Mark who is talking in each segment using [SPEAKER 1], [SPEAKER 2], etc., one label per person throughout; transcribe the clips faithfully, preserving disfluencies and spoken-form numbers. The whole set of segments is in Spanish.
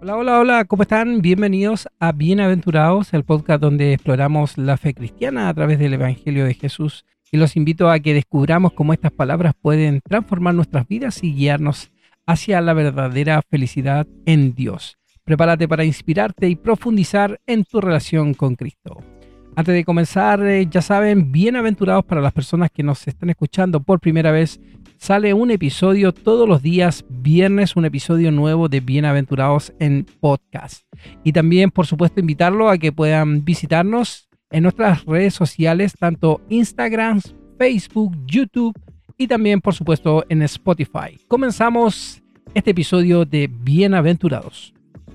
[SPEAKER 1] Hola, hola, hola, ¿cómo están? Bienvenidos a Bienaventurados, el podcast donde exploramos la fe cristiana a través del Evangelio de Jesús. Y los invito a que descubramos cómo estas palabras pueden transformar nuestras vidas y guiarnos hacia la verdadera felicidad en Dios. Prepárate para inspirarte y profundizar en tu relación con Cristo. Antes de comenzar, eh, ya saben, bienaventurados para las personas que nos están escuchando por primera vez. Sale un episodio todos los días, viernes, un episodio nuevo de Bienaventurados en podcast. Y también, por supuesto, invitarlo a que puedan visitarnos en nuestras redes sociales, tanto Instagram, Facebook, YouTube y también, por supuesto, en Spotify. Comenzamos este episodio de Bienaventurados.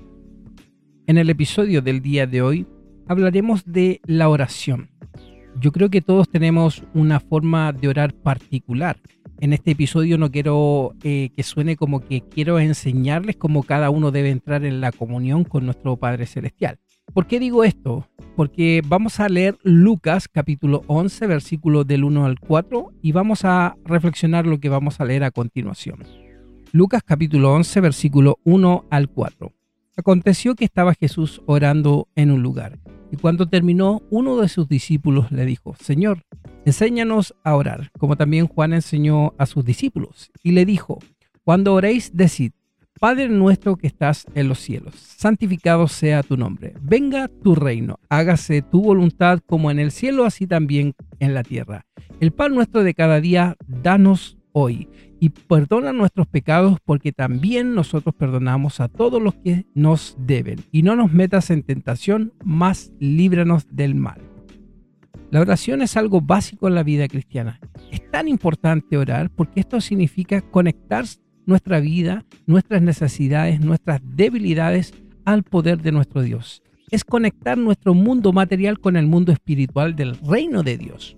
[SPEAKER 1] En el episodio del día de hoy hablaremos de la oración. Yo creo que todos tenemos una forma de orar particular. En este episodio no quiero eh, que suene como que quiero enseñarles cómo cada uno debe entrar en la comunión con nuestro Padre Celestial. ¿Por qué digo esto? Porque vamos a leer Lucas capítulo once, versículos del uno al cuatro, y vamos a reflexionar lo que vamos a leer a continuación. Lucas capítulo once, versículo uno al cuatro. Aconteció que estaba Jesús orando en un lugar, y cuando terminó, uno de sus discípulos le dijo: Señor, enséñanos a orar, como también Juan enseñó a sus discípulos. Y le dijo: Cuando oréis, decid: Padre nuestro que estás en los cielos, santificado sea tu nombre. Venga tu reino, hágase tu voluntad como en el cielo, así también en la tierra. El pan nuestro de cada día, danos hoy. Y perdona nuestros pecados, porque también nosotros perdonamos a todos los que nos deben. Y no nos metas en tentación, mas líbranos del mal. La oración es algo básico en la vida cristiana. Es tan importante orar porque esto significa conectar nuestra vida, nuestras necesidades, nuestras debilidades al poder de nuestro Dios. Es conectar nuestro mundo material con el mundo espiritual del reino de Dios.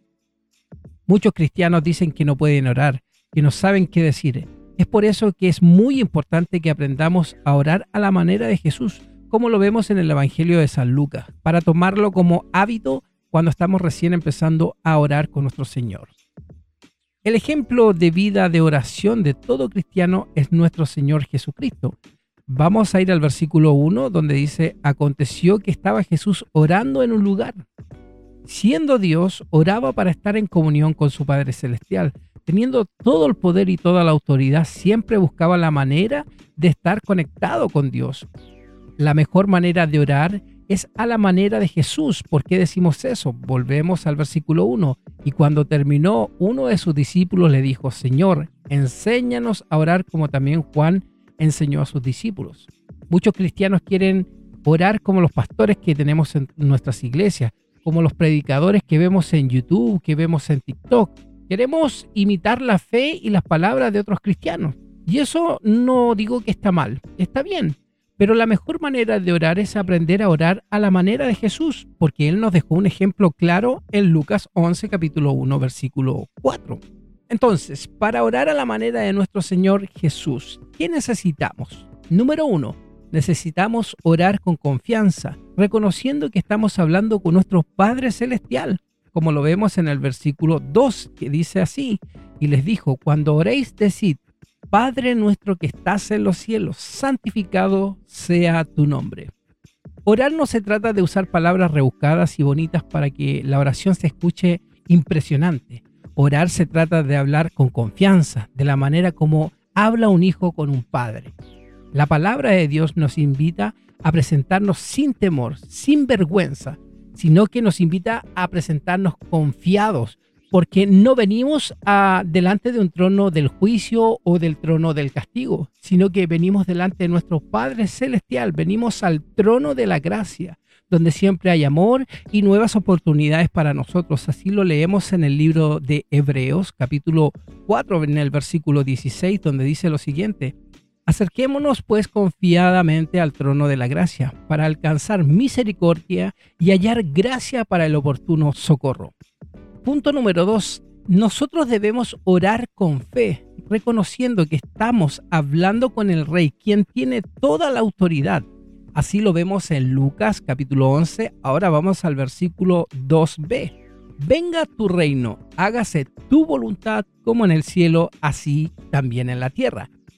[SPEAKER 1] Muchos cristianos dicen que no pueden orar, que no saben qué decir. Es por eso que es muy importante que aprendamos a orar a la manera de Jesús, como lo vemos en el Evangelio de San Lucas, para tomarlo como hábito cuando estamos recién empezando a orar con nuestro Señor. El ejemplo de vida de oración de todo cristiano es nuestro Señor Jesucristo. Vamos a ir al versículo uno, donde dice: Aconteció que estaba Jesús orando en un lugar. Siendo Dios, oraba para estar en comunión con su Padre Celestial. Teniendo todo el poder y toda la autoridad, siempre buscaba la manera de estar conectado con Dios. La mejor manera de orar es a la manera de Jesús. ¿Por qué decimos eso? Volvemos al versículo uno. Y cuando terminó, uno de sus discípulos le dijo: Señor, enséñanos a orar como también Juan enseñó a sus discípulos. Muchos cristianos quieren orar como los pastores que tenemos en nuestras iglesias, como los predicadores que vemos en YouTube, que vemos en TikTok. Queremos imitar la fe y las palabras de otros cristianos. Y eso no digo que está mal, está bien. Pero la mejor manera de orar es aprender a orar a la manera de Jesús, porque Él nos dejó un ejemplo claro en Lucas once, capítulo uno, versículo cuatro. Entonces, para orar a la manera de nuestro Señor Jesús, ¿qué necesitamos? Número uno, necesitamos orar con confianza, reconociendo que estamos hablando con nuestro Padre Celestial, como lo vemos en el versículo dos, que dice así: Y les dijo: Cuando oréis, decid: Padre nuestro que estás en los cielos, santificado sea tu nombre. Orar no se trata de usar palabras rebuscadas y bonitas para que la oración se escuche impresionante. Orar se trata de hablar con confianza, de la manera como habla un hijo con un padre. La palabra de Dios nos invita a presentarnos sin temor, sin vergüenza, sino que nos invita a presentarnos confiados, porque no venimos a, delante de un trono del juicio o del trono del castigo, sino que venimos delante de nuestro Padre Celestial, venimos al trono de la gracia, donde siempre hay amor y nuevas oportunidades para nosotros. Así lo leemos en el libro de Hebreos, capítulo cuatro, en el versículo dieciséis, donde dice lo siguiente: Acerquémonos pues confiadamente al trono de la gracia, para alcanzar misericordia y hallar gracia para el oportuno socorro. Punto número dos. Nosotros debemos orar con fe, reconociendo que estamos hablando con el Rey, quien tiene toda la autoridad. Así lo vemos en Lucas capítulo once. Ahora vamos al versículo dos b. Venga tu reino, hágase tu voluntad como en el cielo, así también en la tierra.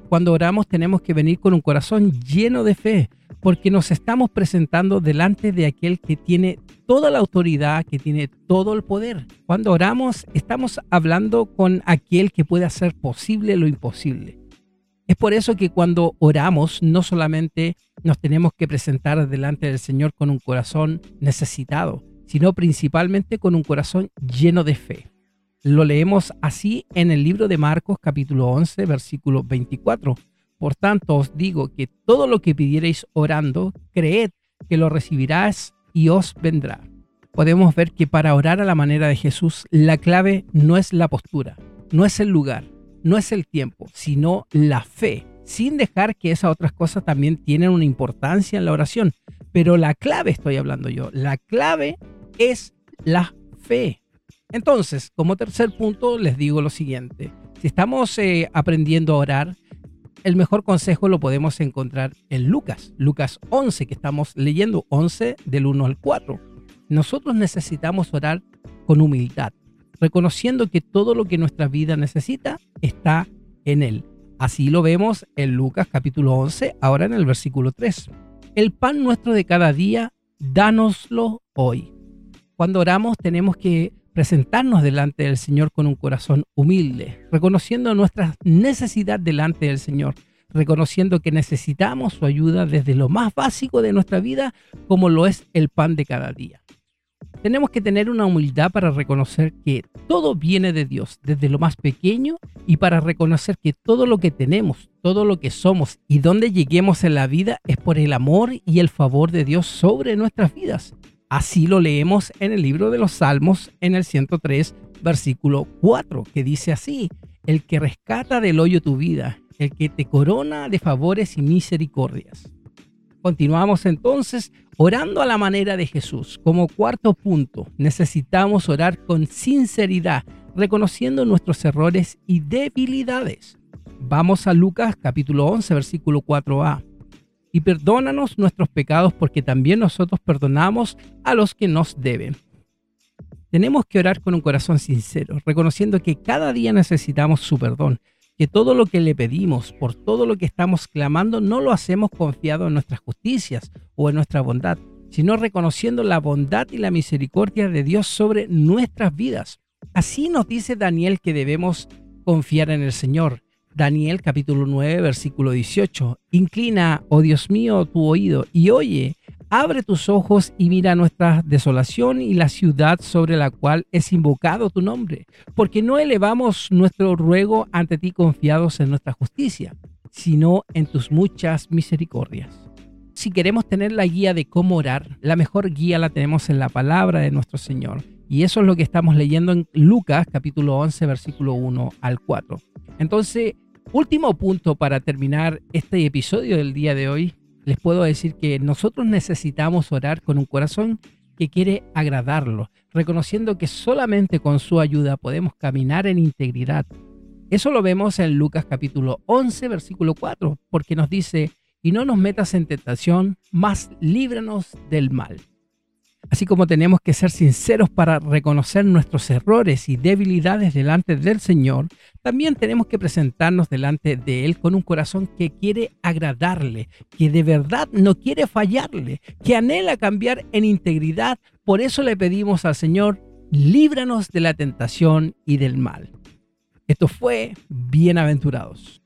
[SPEAKER 1] Cuando oramos tenemos que venir con un corazón lleno de fe, porque nos estamos presentando delante de aquel que tiene toda la autoridad, que tiene todo el poder. Cuando oramos estamos hablando con aquel que puede hacer posible lo imposible. Es por eso que cuando oramos no solamente nos tenemos que presentar delante del Señor con un corazón necesitado, sino principalmente con un corazón lleno de fe. Lo leemos así en el libro de Marcos capítulo once, versículo veinticuatro. Por tanto os digo que todo lo que pidiereis orando, creed que lo recibirás y os vendrá. Podemos ver que para orar a la manera de Jesús, la clave no es la postura, no es el lugar, no es el tiempo, sino la fe, sin dejar que esas otras cosas también tienen una importancia en la oración. Pero la clave, estoy hablando yo, la clave es la fe. Entonces, como tercer punto, les digo lo siguiente. Si estamos eh, aprendiendo a orar, el mejor consejo lo podemos encontrar en Lucas, Lucas once, que estamos leyendo, once del uno al cuatro. Nosotros necesitamos orar con humildad, reconociendo que todo lo que nuestra vida necesita está en Él. Así lo vemos en Lucas capítulo once, ahora en el versículo tres. El pan nuestro de cada día, dánoslo hoy. Cuando oramos tenemos que presentarnos delante del Señor con un corazón humilde, reconociendo nuestra necesidad delante del Señor, reconociendo que necesitamos su ayuda desde lo más básico de nuestra vida, como lo es el pan de cada día. Tenemos que tener una humildad para reconocer que todo viene de Dios, desde lo más pequeño, y para reconocer que todo lo que tenemos, todo lo que somos y donde lleguemos en la vida es por el amor y el favor de Dios sobre nuestras vidas. Así lo leemos en el libro de los Salmos, en el ciento tres, versículo cuatro, que dice así: el que rescata del hoyo tu vida, el que te corona de favores y misericordias. Continuamos entonces orando a la manera de Jesús. Como cuarto punto, necesitamos orar con sinceridad, reconociendo nuestros errores y debilidades. Vamos a Lucas capítulo once, versículo cuatro a. Y perdónanos nuestros pecados, porque también nosotros perdonamos a los que nos deben. Tenemos que orar con un corazón sincero, reconociendo que cada día necesitamos su perdón, que todo lo que le pedimos, por todo lo que estamos clamando, no lo hacemos confiado en nuestras justicias o en nuestra bondad, sino reconociendo la bondad y la misericordia de Dios sobre nuestras vidas. Así nos dice Daniel que debemos confiar en el Señor. Daniel capítulo nueve, versículo dieciocho. Inclina, oh Dios mío, tu oído y oye, abre tus ojos y mira nuestra desolación y la ciudad sobre la cual es invocado tu nombre, porque no elevamos nuestro ruego ante ti confiados en nuestra justicia, sino en tus muchas misericordias. Si queremos tener la guía de cómo orar, la mejor guía la tenemos en la palabra de nuestro Señor. Y eso es lo que estamos leyendo en Lucas capítulo once, versículo uno al cuatro. Entonces, último punto para terminar este episodio del día de hoy, les puedo decir que nosotros necesitamos orar con un corazón que quiere agradarlo, reconociendo que solamente con su ayuda podemos caminar en integridad. Eso lo vemos en Lucas capítulo once, versículo cuatro, porque nos dice: y no nos metas en tentación, mas líbranos del mal. Así como tenemos que ser sinceros para reconocer nuestros errores y debilidades delante del Señor, también tenemos que presentarnos delante de Él con un corazón que quiere agradarle, que de verdad no quiere fallarle, que anhela cambiar en integridad. Por eso le pedimos al Señor: líbranos de la tentación y del mal. Esto fue Bienaventurados.